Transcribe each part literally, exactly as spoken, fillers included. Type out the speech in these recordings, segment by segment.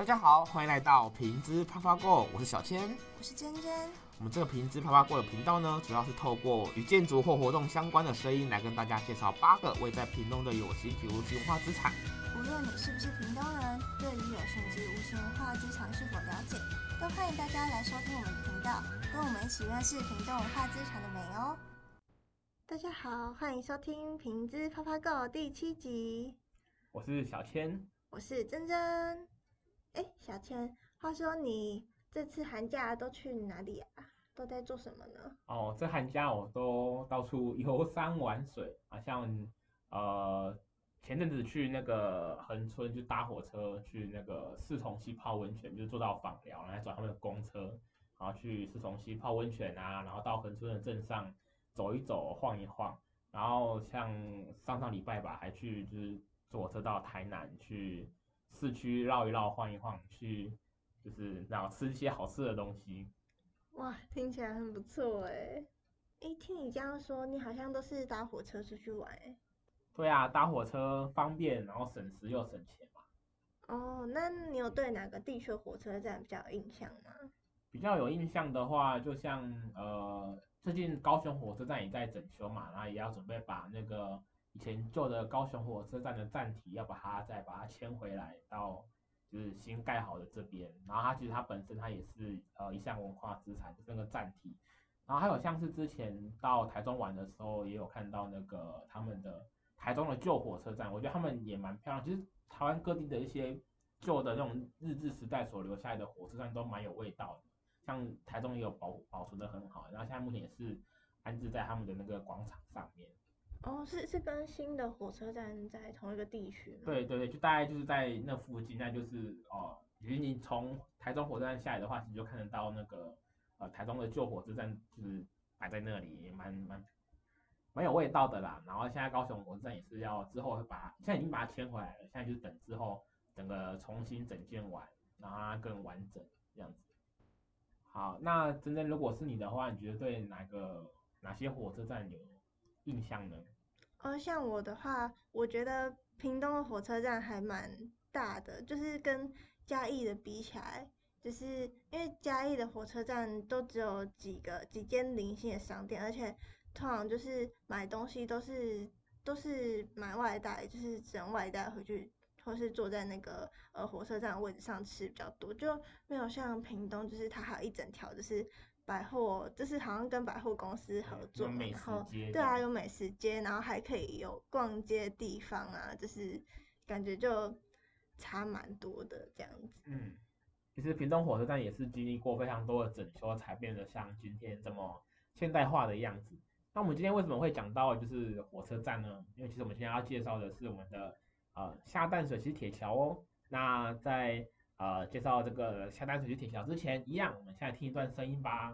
大家好，欢迎来到平之啪啪 Go， 我是小千， 我是尖尖。 我们这个平之啪啪 Go 的频道呢，主要是透过与建筑或活动相关的声音，来跟大家介绍八个位在屏东的有形及无形文化资产。 无论你是不是屏东人，对于有形及无形文化资产是否了解，都欢迎大家来收听我们的频道，跟我们一起认识屏东文化资产的美哦。大家好，欢迎收听平之啪啪 Go 第七集。 我是小千， 我是珍珍。哎，小千，话说你这次寒假都去哪里啊？都在做什么呢？ 哦，这寒假我都到处游山玩水啊，像呃前阵子去那个恒春，就搭火车去那个四重溪泡温泉，就是坐到访寮，然后转他们的公车，然后去四重溪泡温泉啊，然后到恒春的镇上走一走、晃一晃，然后像上上礼拜吧，还去就是坐火车到台南去市区绕一绕、晃一晃，去就是然后吃一些好吃的东西。 哇，听起来很不错哎。哎，听你这样说，你好像都是搭火车出去玩哎。 对啊，搭火车方便，然后省时又省钱嘛。 哦，那你有对哪个地区的火车站比较有印象吗？ 比较有印象的话，就像呃，最近高雄火车站也在整修嘛，然后也要准备把那个以前旧的高雄火车站的站体，要把它再把它迁回来到就是新盖好的这边。然后它其实它本身它也是呃一项文化资产，就是那个站体。然后还有像是之前到台中玩的时候，也有看到那个他们的台中的旧火车站，我觉得他们也蛮漂亮。其实台湾各地的一些旧的那种日治时代所留下来的火车站都蛮有味道的。像台中也有保保存的很好，然后现在目前也是安置在他们的那个广场上面。 哦，是是跟新的火车站在同一个地区吗？ 对对对，就大概就是在那附近，那就是哦，其实你从台中火车站下来的话，其实就看得到那个呃台中的旧火车站，就是摆在那里，也蛮蛮蛮有味道的啦。然后现在高雄火车站也是要之后会把它，现在已经把它迁回来了，现在就是等之后整个重新整建完，然后让它更完整这样子。好，那真正如果是你的话，你觉得对哪个哪些火车站有印象呢？ 哦，像我的话，我觉得屏东的火车站还蛮大的，就是跟嘉义的比起来，就是因为嘉义的火车站都只有几个几间零星的商店，而且通常就是买东西都是都是买外带，就是只能外带回去，或是坐在那个呃火车站的位置上吃比较多，就没有像屏东，就是它还有一整条就是百货，就是好像跟百货公司合作嘛， 有美然后食街这对啊， 样。 有美食街，然后还可以有逛街的地方啊，就是感觉就差蛮多的这样子。 嗯，其实屏东火车站也是经历过非常多的整修，才变得像今天这么现代化的样子。那我们今天为什么会讲到就是火车站呢？因为其实我们今天要介绍的是我们的呃下淡水溪铁桥哦。那在呃介绍这个下淡水溪铁桥之前，一样，我们现在听一段声音吧。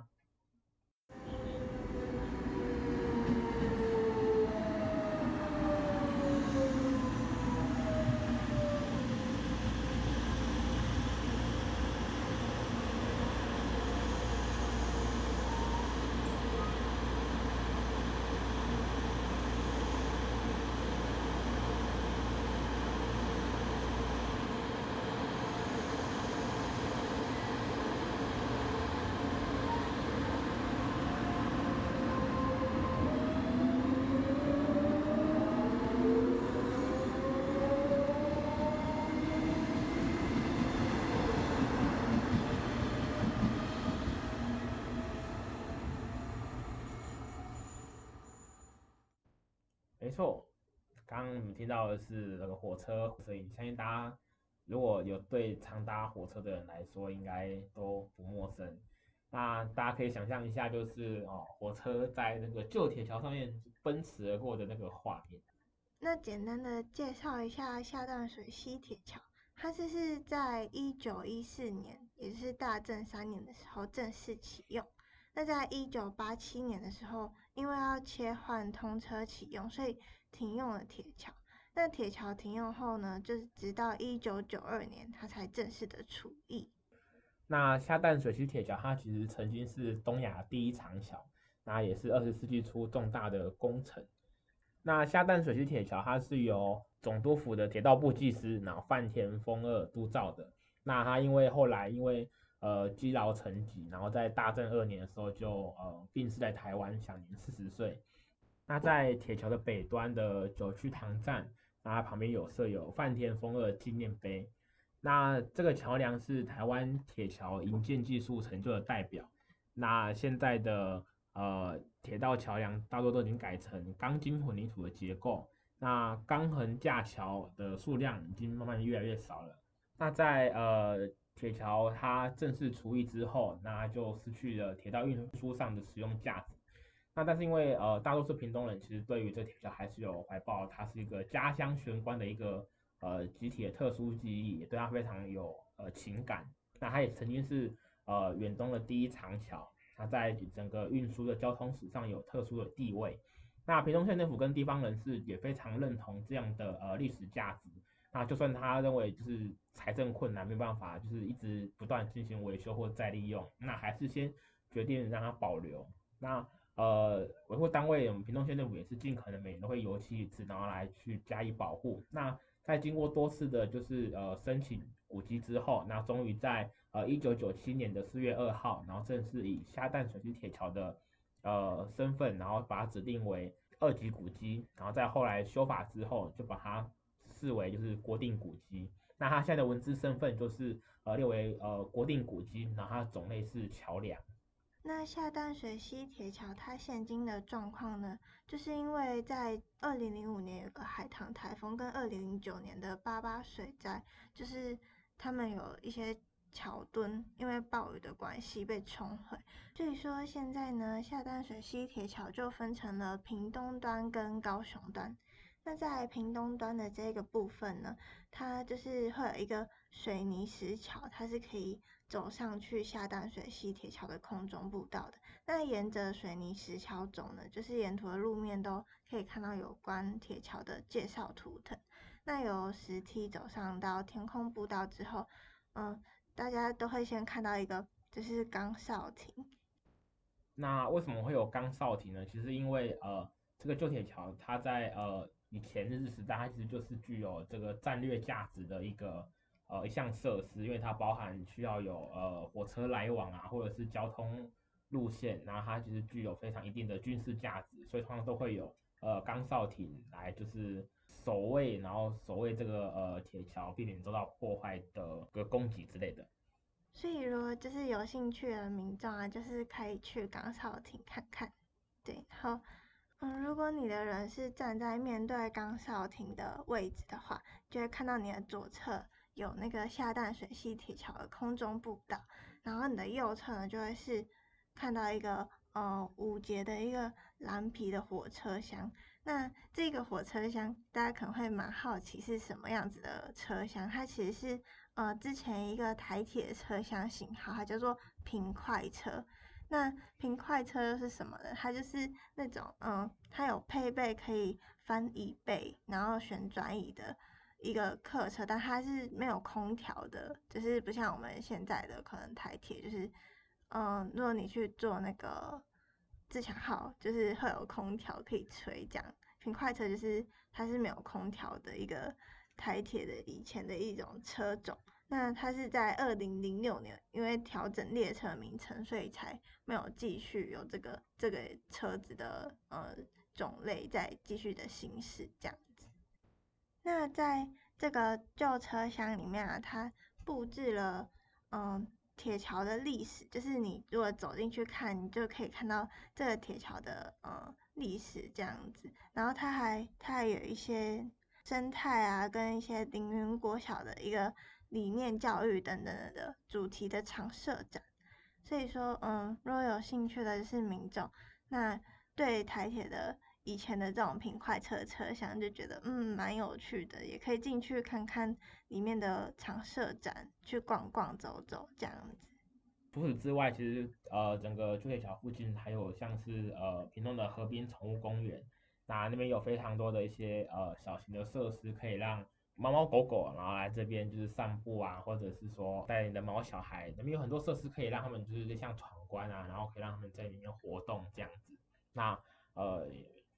没错，刚刚我们听到的是那个火车声音，相信大家如果有对常搭火车的人来说，应该都不陌生。那大家可以想象一下，就是哦，火车在那个旧铁桥上面奔驰而过的那个画面。 那简单的介绍一下下淡水溪铁桥，它这是在一九一四年，也就是大正三年的时候正式启用。那在一九八七年的时候，因为要切换通车启用，所以停用了铁桥。那铁桥停用后呢，就是直到一九九二年，它才正式的除役。 那下淡水溪铁桥，它其实曾经是东亚第一长桥，那也是二十世纪初重大的工程。那下淡水溪铁桥，它是由总督府的铁道部技师，然后范田丰二督造的。 那他因为后来因为呃积劳成疾，然后在大正二年的时候就呃病逝在台湾，享年四十岁。那在铁桥的北端的九曲塘站，那它旁边有设有范田丰二纪念碑。那这个桥梁是台湾铁桥营建技术成就的代表。那现在的呃铁道桥梁大多都已经改成钢筋混凝土的结构，那钢横架桥的数量已经慢慢越来越少了。那在呃铁桥它正式除役之后，那它就失去了铁道运输上的使用价值。那但是因为呃大多数屏东人其实对于这铁桥还是有怀抱，它是一个家乡玄关的一个呃集体的特殊记忆，也对它非常有呃情感。那它也曾经是呃远东的第一长桥，它在整个运输的交通史上有特殊的地位。那屏东县政府跟地方人士也非常认同这样的呃历史价值。那就算他认为就是财政困难没办法，就是一直不断进行维修或再利用，那还是先决定让它保留。那呃维护单位，我们屏东县政府也是尽可能每年都会油漆一次，然后来去加以保护。那在经过多次的就是呃申请古迹之后，那终于在呃一九九七年的四月二号，然后正式以虾淡水溪铁桥的呃身份，然后把它指定为二级古迹，然后在后来修法之后，就把它视为就是国定古迹。那它现在的文字身份就是呃列为呃国定古迹，然后它的种类是桥梁。 那下淡水溪铁桥它现今的状况呢，就是因为在二零零五年有个海棠台风，跟二零零九年的八八水灾，就是他们有一些桥墩因为暴雨的关系被冲毁，所以说现在呢，下淡水溪铁桥就分成了屏东端跟高雄端。那在屏东端的这个部分呢，它就是会有一个水泥石桥，它是可以走上去下淡水溪铁桥的空中步道的。那沿着水泥石桥走呢，就是沿途的路面都可以看到有关铁桥的介绍图腾。那由石梯走上到天空步道之后，嗯，大家都会先看到一个就是岗哨亭。 那为什么会有岗哨亭呢？其实因为呃这个旧铁桥它在呃以前日治时代，它其实就是具有这个战略价值的一个呃一项设施，因为它包含需要有呃火车来往啊，或者是交通路线，然后它其实具有非常一定的军事价值，所以通常都会有呃岗哨亭来就是守卫，然后守卫这个呃铁桥，避免受到破坏的个攻击之类的。 所以如果就是有兴趣的民众啊，就是可以去岗哨亭看看。对，然后嗯，如果你的人是站在面对岗哨亭的位置的话，就会看到你的左侧有那个下淡水溪铁桥的空中步道，然后你的右侧呢就会是看到一个呃五节的一个蓝皮的火车厢。那这个火车厢大家可能会蛮好奇是什么样子的车厢，它其实是呃之前一个台铁车厢型号，它叫做平快车。那平快车是什么呢？它就是那种嗯，它有配备可以翻椅背，然后旋转椅的一个客车，但它是没有空调的，就是不像我们现在的可能台铁，就是嗯，如果你去坐那个自强号，就是会有空调可以吹这样。平快车就是它是没有空调的一个台铁的以前的一种车种。那它是在二零零六年，因为调整列车名称，所以才没有继续有这个这个车子的呃种类再继续的行驶这样子。那在这个旧车厢里面啊，它布置了嗯铁桥的历史，就是你如果走进去看，你就可以看到这个铁桥的呃历史这样子。然后它还它还有一些生态啊，跟一些凌云国小的一个理念教育等等的主题的常设展。所以说，嗯，如果有兴趣的是民众，那对台铁的以前的这种平快车车厢就觉得嗯蛮有趣的，也可以进去看看里面的常设展，去逛逛走走这样子。 除此之外，其实呃整个旧铁桥附近还有像是呃屏东的河滨宠物公园，那那边有非常多的一些呃小型的设施，可以让猫猫狗狗然后来这边就是散步啊，或者是说带你的毛小孩，那边有很多设施可以让他们就是像闯关啊，然后可以让他们在里面活动这样子。那呃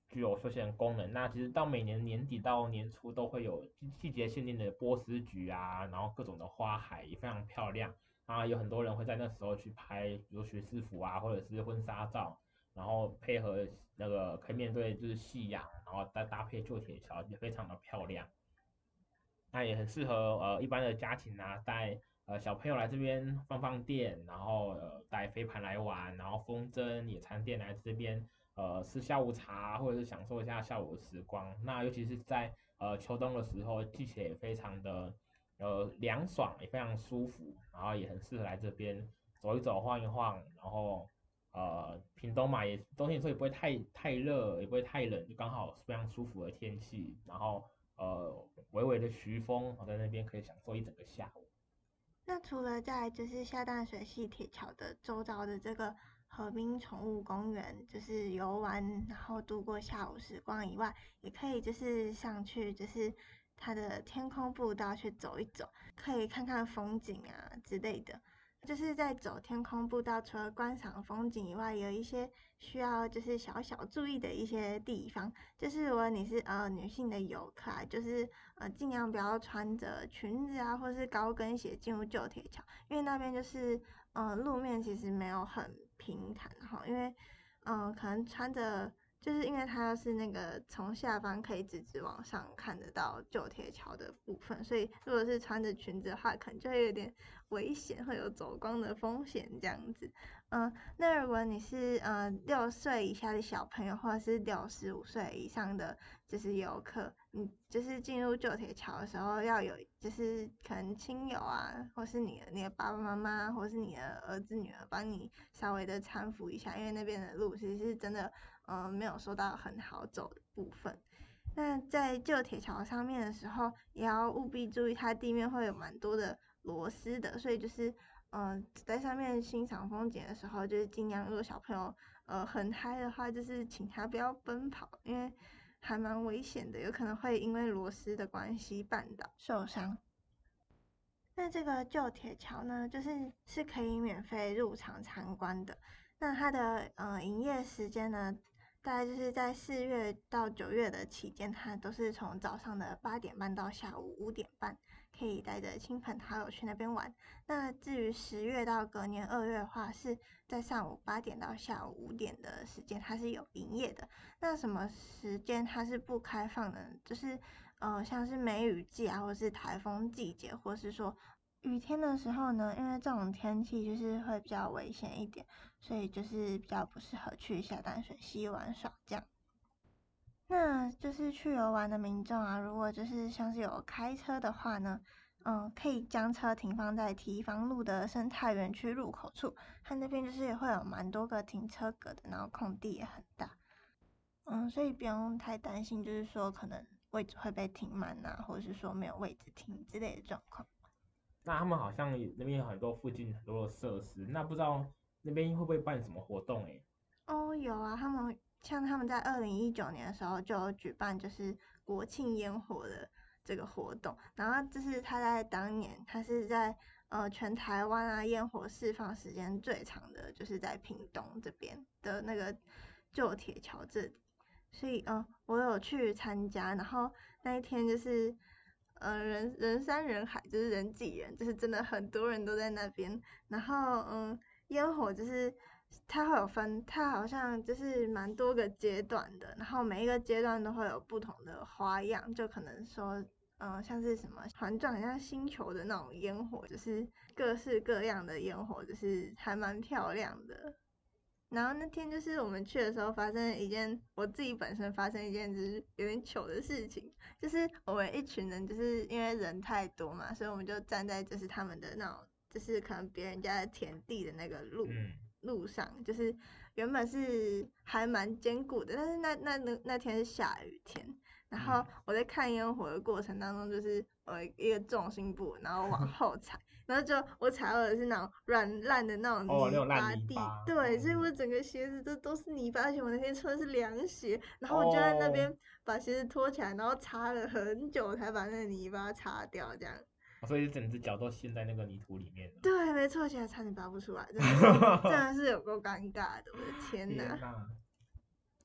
具有休闲功能。那其实到每年年底到年初都会有季节限定的波斯菊啊，然后各种的花海也非常漂亮。啊，有很多人会在那时候去拍，比如学士服啊，或者是婚纱照，然后配合那个可以面对就是夕阳，然后再搭配旧铁桥，也非常的漂亮。那也很适合呃一般的家庭啊，带呃小朋友来这边放放电，然后呃带飞盘来玩，然后风筝、野餐垫来这边呃吃下午茶，或者是享受一下下午的时光。那尤其是在呃秋冬的时候，季节也非常的呃凉爽，也非常舒服，然后也很适合来这边走一走、晃一晃，然后呃屏东嘛也冬天的时候也不会太太热，也不会太冷，就刚好非常舒服的天气，然后呃微微的徐风，我在那边可以享受一整个下午。 那除了在就是下淡水溪铁桥的周遭的这个河滨宠物公园，就是游玩，然后度过下午时光以外，也可以就是上去就是它的天空步道去走一走，可以看看风景啊之类的。就是在走天空步道，除了观赏风景以外，有一些需要就是小小注意的一些地方。就是如果你是呃女性的游客啊，就是呃尽量不要穿着裙子啊，或是高跟鞋进入旧铁桥，因为那边就是呃路面其实没有很平坦哈，因为嗯、呃、可能穿着。就是因为它是那个从下方可以直直往上看得到旧铁桥的部分，所以如果是穿着裙子的话，可能就会有点危险，会有走光的风险这样子。嗯，那如果你是呃六岁以下的小朋友，或者是六十五岁以上的就是游客，你就是进入旧铁桥的时候要有，就是可能亲友啊，或是你的你的爸爸妈妈，或是你的儿子女儿帮你稍微的搀扶一下，因为那边的路其实是真的呃没有说到很好走的部分。那在旧铁桥上面的时候，也要务必注意它地面会有蛮多的螺丝的，所以就是嗯、呃在上面欣赏风景的时候，就是尽量如果小朋友呃很嗨的话，就是请他不要奔跑，因为还蛮危险的，有可能会因为螺丝的关系绊倒受伤。那这个旧铁桥呢，就是是可以免费入场参观的。那它的呃营业时间呢，大概就是在四月到九月的期间，它都是从早上的八点半到下午五点半，可以带着亲朋好友去那边玩。那至于十月到隔年二月的话，是在上午八点到下午五点的时间，它是有营业的。那什么时间它是不开放的？就是呃，像是梅雨季啊，或是台风季节，或是说雨天的时候呢，因为这种天气就是会比较危险一点，所以就是比较不适合去下淡水溪玩耍这样。那就是去游玩的民众啊，如果就是像是有开车的话呢，嗯，可以将车停放在提防路的生态园区入口处，它那边就是也会有蛮多个停车格的，然后空地也很大。嗯，所以不用太担心，就是说可能位置会被停满啊，或者是说没有位置停之类的状况。 那他们好像那边有很多附近很多的设施，那不知道那边会不会办什么活动诶？ 哦，有啊，他们像他们在二零一九年的时候就有举办就是国庆烟火的这个活动，然后就是他在当年，他是在呃全台湾啊烟火释放时间最长的，就是在屏东这边的那个旧铁桥这里，所以嗯、呃我有去参加，然后那一天就是呃人人山人海，就是人挤人，就是真的很多人都在那边，然后嗯烟火就是它会有分，它好像就是蛮多个阶段的，然后每一个阶段都会有不同的花样，就可能说嗯、呃像是什么环状很像星球的那种烟火，就是各式各样的烟火，就是还蛮漂亮的。然后那天就是我们去的时候发生了一件我自己本身发生一件就是有点糗的事情，就是我们一群人就是因为人太多嘛，所以我们就站在就是他们的那种就是可能别人家的田地的那个路、 嗯， 路上，就是原本是还蛮坚固的，但是那那那那天是下雨天，然后嗯我在看烟火的过程当中，就是呃一个重心不稳，然后往后踩。然后就我踩到的是那种软烂的那种哦，那泥种烂巴地， 泥巴， 对，所以我嗯， 整个鞋子都都是泥巴，而且我那天穿的是凉鞋，然后我就在那哦， 边把鞋子脱起来，然后擦了很久才把那个泥巴擦掉，这样。 所以整只脚都陷在那个泥土里面了。 对，没错，现在差点拔不出来，真的是真的是有够尴尬的，我的天哪！ 天哪！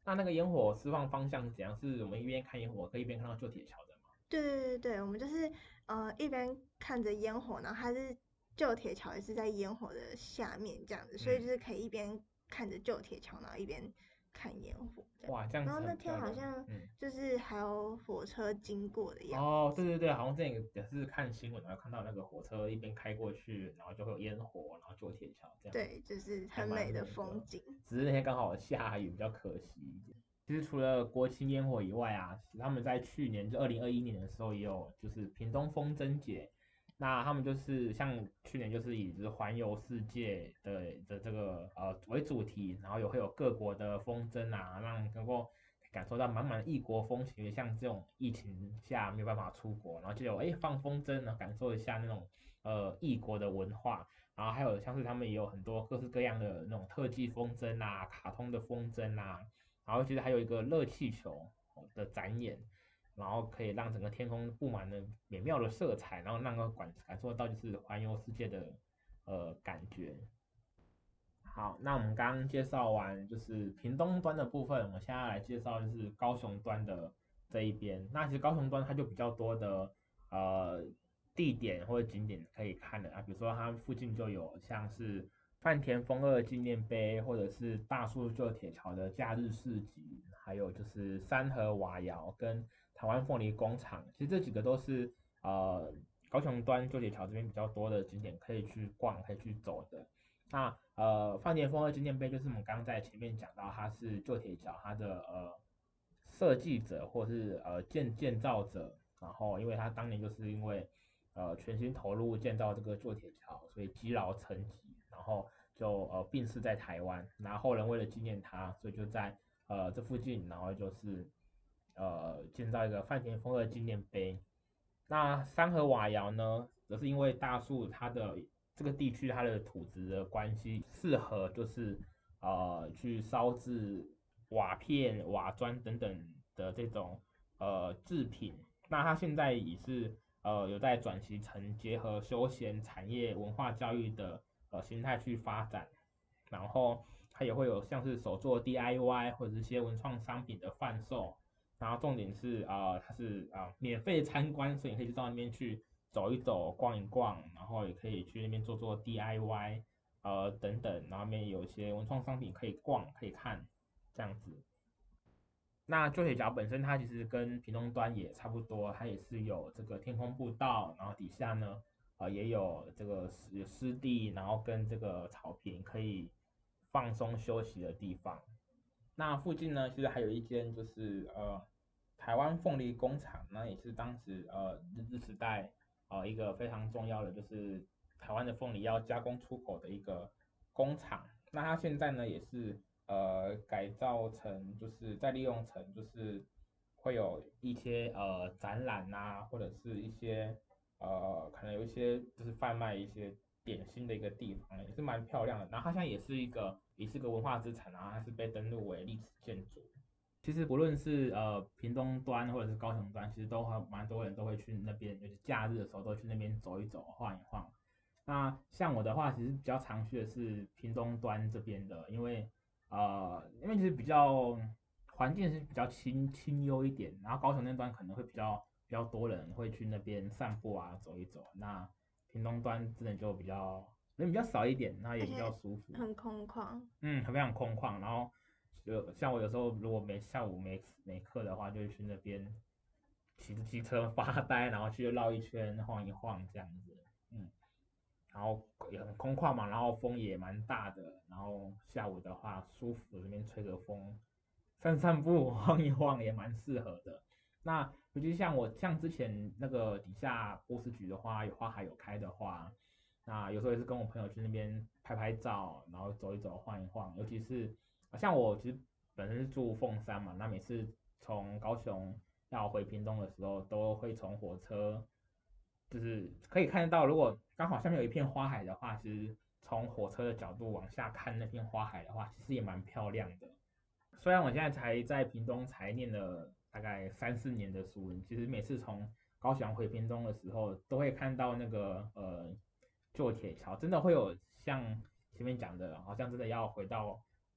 那那个烟火释放方向是怎样？是我们一边看烟火，可以一边看到旧铁桥的吗？ 对对对对，我们就是呃一边看着烟火，然后它是旧铁桥也是在烟火的下面这样子，所以嗯， 就是可以一边看着旧铁桥，然后一边看烟火这样。 哇，这样子然后那很漂亮。 天好像嗯， 就是还有火车经过的样哦，对子。 对对，好像这个也是看新闻，然后看到那个火车一边开过去，然后就会有烟火，然后旧铁桥这样子。 对，就是还蛮很美的美的， 风景。 只是那天刚好下雨，比较可惜一点。其实除了国庆烟火以外啊，其实他们在去年就二零二一年的时候也有就是屏东风筝节，那他们就是像去年就是以就是环游世界的的这个呃为主题，然后有会有各国的风筝啊，让能够感受到满满的异国风情。像这种疫情下没有办法出国，然后就有哎放风筝呢，感受一下那种呃异国的文化。然后还有像是他们也有很多各式各样的那种特技风筝啊、卡通的风筝啊，然后其实还有一个热气球的展演，然后可以让整个天空布满了美妙的色彩，然后让个感感受到就是环游世界的呃感觉。好，那我们刚刚介绍完就是屏东端的部分，我们现在来介绍就是高雄端的这一边。那其实高雄端它就比较多的呃地点或者景点可以看的啊，比如说它附近就有像是饭田丰二纪念碑，或者是大树旧铁桥的假日市集，还有就是三河瓦窑跟台湾凤梨工厂。其实这几个都是呃高雄端旧铁桥这边比较多的景点可以去逛、可以去走的。那呃，饭田丰二纪念碑就是我们刚刚在前面讲到，它是旧铁桥它的呃设计者或是呃建建造者，然后因为他当年就是因为呃全心投入建造这个旧铁桥，所以积劳成疾，然后就呃病逝在台湾。然后后人为了纪念他，所以就在呃这附近，然后就是呃建造一个饭田丰二纪念碑。那三河瓦窑呢，则是因为大树它的这个地区它的土质的关系，适合就是呃去烧制瓦片、瓦砖等等的这种呃制品。那它现在也是呃有在转型成结合休闲产业、文化教育的呃形态去发展，然后它也会有像是手做 D I Y 或者是一些文创商品的贩售。然后重点是啊、呃，它是啊、呃、免费参观，所以你可以到那边去走一走、逛一逛，然后也可以去那边做做 D I Y，呃等等，然后那边有一些文创商品可以逛、可以看，这样子。那旧铁桥本身它其实跟屏东端也差不多，它也是有这个天空步道，然后底下呢，呃也有这个湿湿地，然后跟这个草坪可以放松休息的地方。那附近呢，其实还有一间就是呃台湾凤梨工厂，那也是当时呃日治时代呃一个非常重要的就是台湾的凤梨要加工出口的一个工厂。那它现在呢也是呃改造成就是再利用成就是会有一些呃展览啊，或者是一些呃可能有一些就是贩卖一些点心的一个地方，也是蛮漂亮的。然后它现在也是一个也是个文化资产，然后它是被登录为历史建筑。其实不论是呃屏东端或者是高雄端，其实都还蛮多人都会去那边，就是假日的时候都去那边走一走、晃一晃。那像我的话，其实比较常去的是屏东端这边的，因为呃因为其实比较环境是比较清清幽一点，然后高雄那端可能会比较比较多人会去那边散步啊、走一走。那屏东端真的就比较人比较少一点，那也比较而且舒服。 很空旷。 嗯，非常空旷。然后就像我有时候如果没下午没没课的话，就会去那边骑着机车发呆，然后去绕一圈晃一晃这样子。嗯，然后也很空旷嘛，然后风也蛮大的，然后下午的话舒服，这边吹个风，散散步晃一晃也蛮适合的。那尤其像我像之前那个底下波斯菊的花有花海有开的话，那有时候也是跟我朋友去那边拍拍照，然后走一走晃一晃。尤其是像我其实本身是住凤山嘛，那每次从高雄要回屏东的时候，都会从火车，就是可以看得到，如果刚好下面有一片花海的话，其实从火车的角度往下看那片花海的话，其实也蛮漂亮的。虽然我现在才在屏东才念了大概三四年的书，其实每次从高雄回屏东的时候，都会看到那个呃旧铁桥，真的会有像前面讲的，好像真的要回到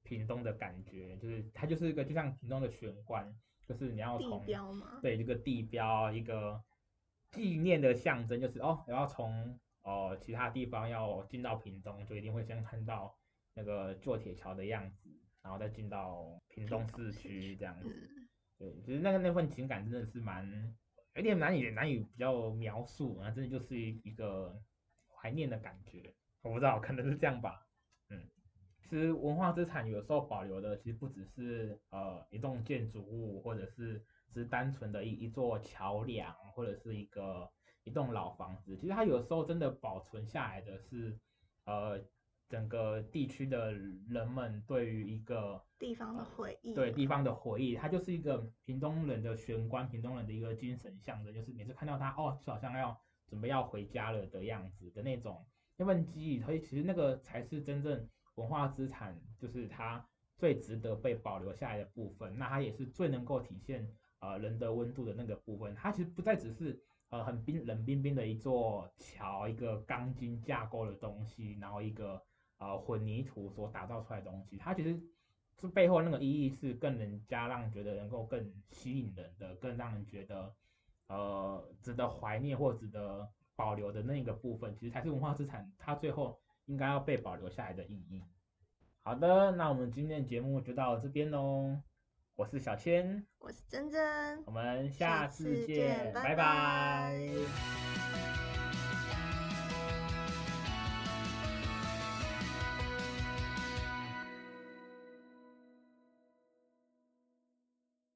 屏东的感觉，就是它就是一个就像屏东的玄关，就是你要从地标吗？ 对这个地标一个纪念的象征，就是哦，然后从哦其他地方要进到屏东，就一定会先看到那个旧铁桥的样子，然后再进到屏东市区这样子。 嗯， 对，就是那个那份情感真的是蛮有点难以难以比较描述啊，真的就是一个怀念的感觉。我不知道，可能是这样吧。嗯，其实文化资产有时候保留的其实不只是呃一栋建筑物，或者是只是单纯的一一座桥梁，或者是一个一栋老房子。其实它有时候真的保存下来的是呃整个地区的人们对于一个地方的回忆嘛， 对地方的回忆，它就是一个屏东人的玄关，屏东人的一个精神象征，就是每次看到它，哦，就好像要准备要回家了的样子的那种那份记忆，所以其实那个才是真正文化资产，就是它最值得被保留下来的部分。那它也是最能够体现呃人的温度的那个部分。它其实不再只是呃很冰冷冰冰的一座桥，一个钢筋架构的东西，然后一个呃混凝土所打造出来的东西，它其实这背后那个意义是更能加让觉得能够更吸引人的，更让人觉得呃值得怀念或值得保留的那个部分，其实才是文化资产它最后应该要被保留下来的意义。好的，那我们今天的节目就到这边喽。我是小千， 我是珍珍， 我们下下次次见， 见，拜拜拜。 拜。